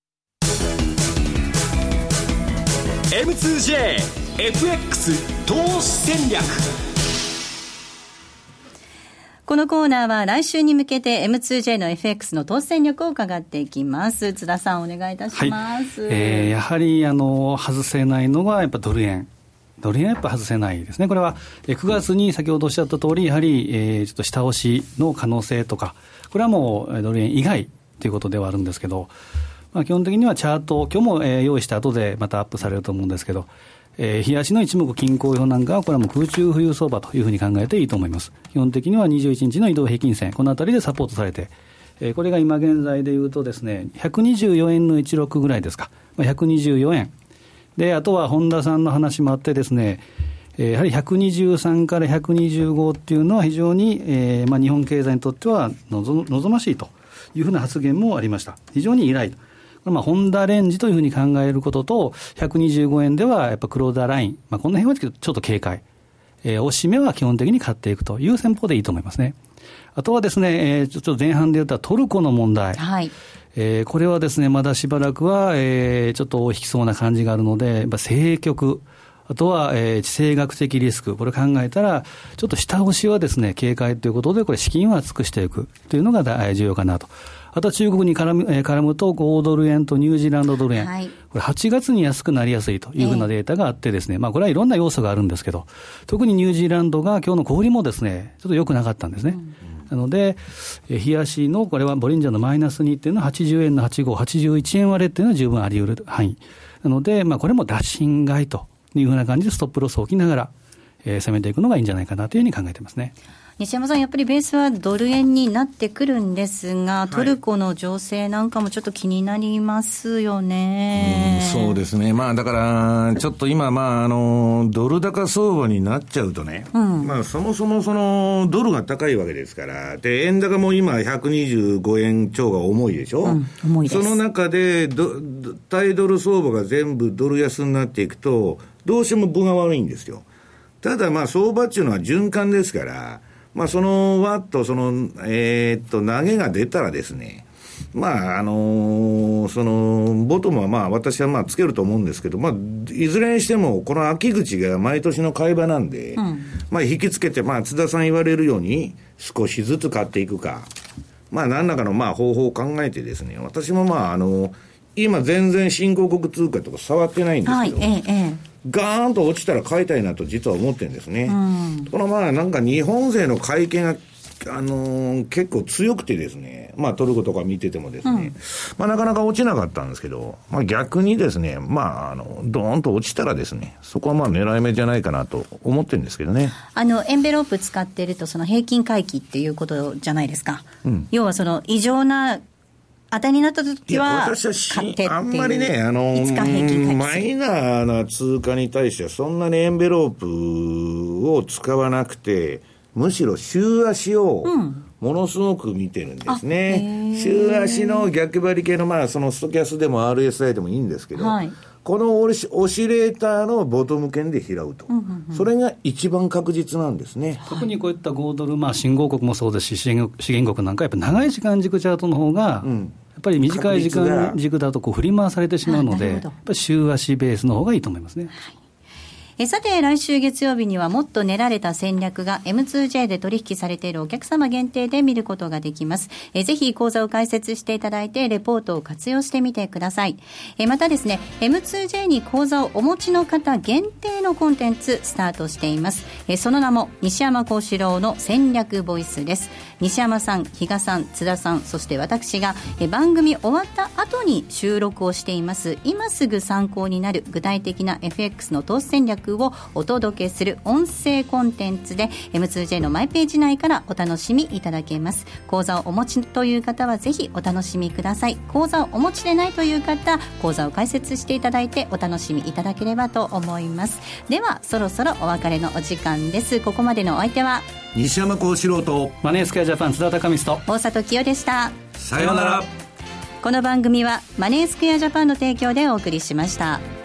エムツージェーエフエックス 投資戦略。 このコーナーは来週に向けて エムツージェー の エフエックス の投資戦略を伺っていきます。津田さんお願いいたします。 はい、えー、やはりあの外せないのがやっぱドル円。ドル円はやっぱ外せないですね。これはくがつに先ほどおっしゃった通り、やはり、えー、ちょっと下押しの可能性とか、これはもうドル円以外ということではあるんですけど、まあ、基本的にはチャート、今日も、えー、用意した後でまたアップされると思うんですけど、えー、日足の一目均衡表なんかはこれはもう空中浮遊相場というふうに考えていいと思います。基本的にはにじゅういちにちの移動平均線、このあたりでサポートされて、えー、これが今現在でいうとですね、ひゃくにじゅうよえんのじゅうろくぐらいですか、まあ、ひゃくにじゅうよえんで、あとは本田さんの話もあってですね、えー、やはりひゃくにじゅうさんからひゃくにじゅうごっていうのは非常に、えーまあ、日本経済にとっては望ましいというふうな発言もありました。非常に偉いと。まあ、ホンダレンジというふうに考えることと、ひゃくにじゅうごえんではやっぱ黒田ライン、まあ、この辺はちょっと警戒、えー、おしめは基本的に買っていくという戦法でいいと思いますね。あとはですね、えー、ちょっと前半で言ったトルコの問題、はい、えー、これはですねまだしばらくは、えー、ちょっと引きそうな感じがあるので、やっぱ政局、あとは、えー、地政学的リスク、これ考えたらちょっと下押しはですね警戒ということで、これ資金を厚くしていくというのが重要かなと。あとは中国に絡む、えー、絡むとごドル円とニュージーランドドル円、はい、これはちがつに安くなりやすいというふうなデータがあってですね、えー、まあこれはいろんな要素があるんですけど、特にニュージーランドが今日の小売りもですねちょっと良くなかったんですね、うん、なので、えー、日足のこれはボリンジャーのマイナスにっていうのははちじゅうえんのはちじゅうご、はちじゅういちえん割れっていうのは十分あり得る範囲なので、まあこれも打診買いというふうな感じでストップロスを置きながら、えー、攻めていくのがいいんじゃないかなというふうに考えていますね。 西山さん、やっぱりベースはドル円になってくるんですが、はい、トルコの情勢なんかもちょっと気になりますよね。 うん、そうですね。まあだからちょっと今、まああのドル高相場になっちゃうとね、うん、まあそもそもそのドルが高いわけですから、で円高も今ひゃくにじゅうごえん超が重いでしょ。うん、重いです。その中でド対ドル相場が全部ドル安になっていくと、どうしても分が悪いんですよ。ただまあ相場っていうのは循環ですから。まあ、そのワッとその、えー、っと投げが出たらですね、まああのー、そのボトムはまあ私はまあつけると思うんですけど、まあいずれにしてもこの秋口が毎年の買い場なんで、うん、まあ引きつけて、まあ津田さん言われるように少しずつ買っていくか、まあ何らかのまあ方法を考えてですね、私もまああの今全然新興国通貨とか触ってないんですけど、はい、ええ、ガーンと落ちたら買いたいなと実は思ってるんですね。うん、このまあなんか日本勢の買い券が、あのー、結構強くてですね、まあトルコとか見ててもですね、うん、まあなかなか落ちなかったんですけど、まあ逆にですね、まああのドーンと落ちたらですね、そこはまあ狙い目じゃないかなと思ってるんですけどね。 あのエンベロープ使ってるとその平均回帰っていうことじゃないですか。うん、要はその異常な当たりになったときは買ってっていう、 あんまりね、あのマイナーな通貨に対してはそんなにエンベロープを使わなくて、むしろ週足をものすごく見てるんですね。うん、週足の逆張り系の、まあそのストキャスでも アールエスアイ でもいいんですけど、はい、このオシレーターのボトム圏で拾うと、うんうんうん、それが一番確実なんですね。 特にこういったごドル、まあ、新興国もそうですし資源資源国なんかやっぱり長い時間軸チャートの方が、うん、やっぱり短い時間軸だとこう振り回されてしまうので、やっぱり週足ベースの方がいいと思いますね。はい、 えさて来週月曜日にはもっと練られた戦略が エムツージェー で取引されているお客様限定で見ることができます。えぜひ講座を開設していただいてレポートを活用してみてください。えまたですね エムツージェー に講座をお持ちの方限定のコンテンツスタートしています。えその名も西山幸四郎の戦略ボイスです。西山さん、比嘉さん、津田さん、そして私がえ番組終わった後に収録をしています今すぐ参考になる具体的な エフエックス の投資戦略をお届けする音声コンテンツで エムツージェー のマイページ内からお楽しみいただけます。講座をお持ちという方はぜひお楽しみください。講座をお持ちでないという方、講座を開設していただいてお楽しみいただければと思います。ではそろそろお別れのお時間です。ここまでのお相手は西山幸四郎とマネースクエアジャパン津田貴光と大里清でした。 さようなら。 この番組はマネースクエアジャパンの提供でお送りしました。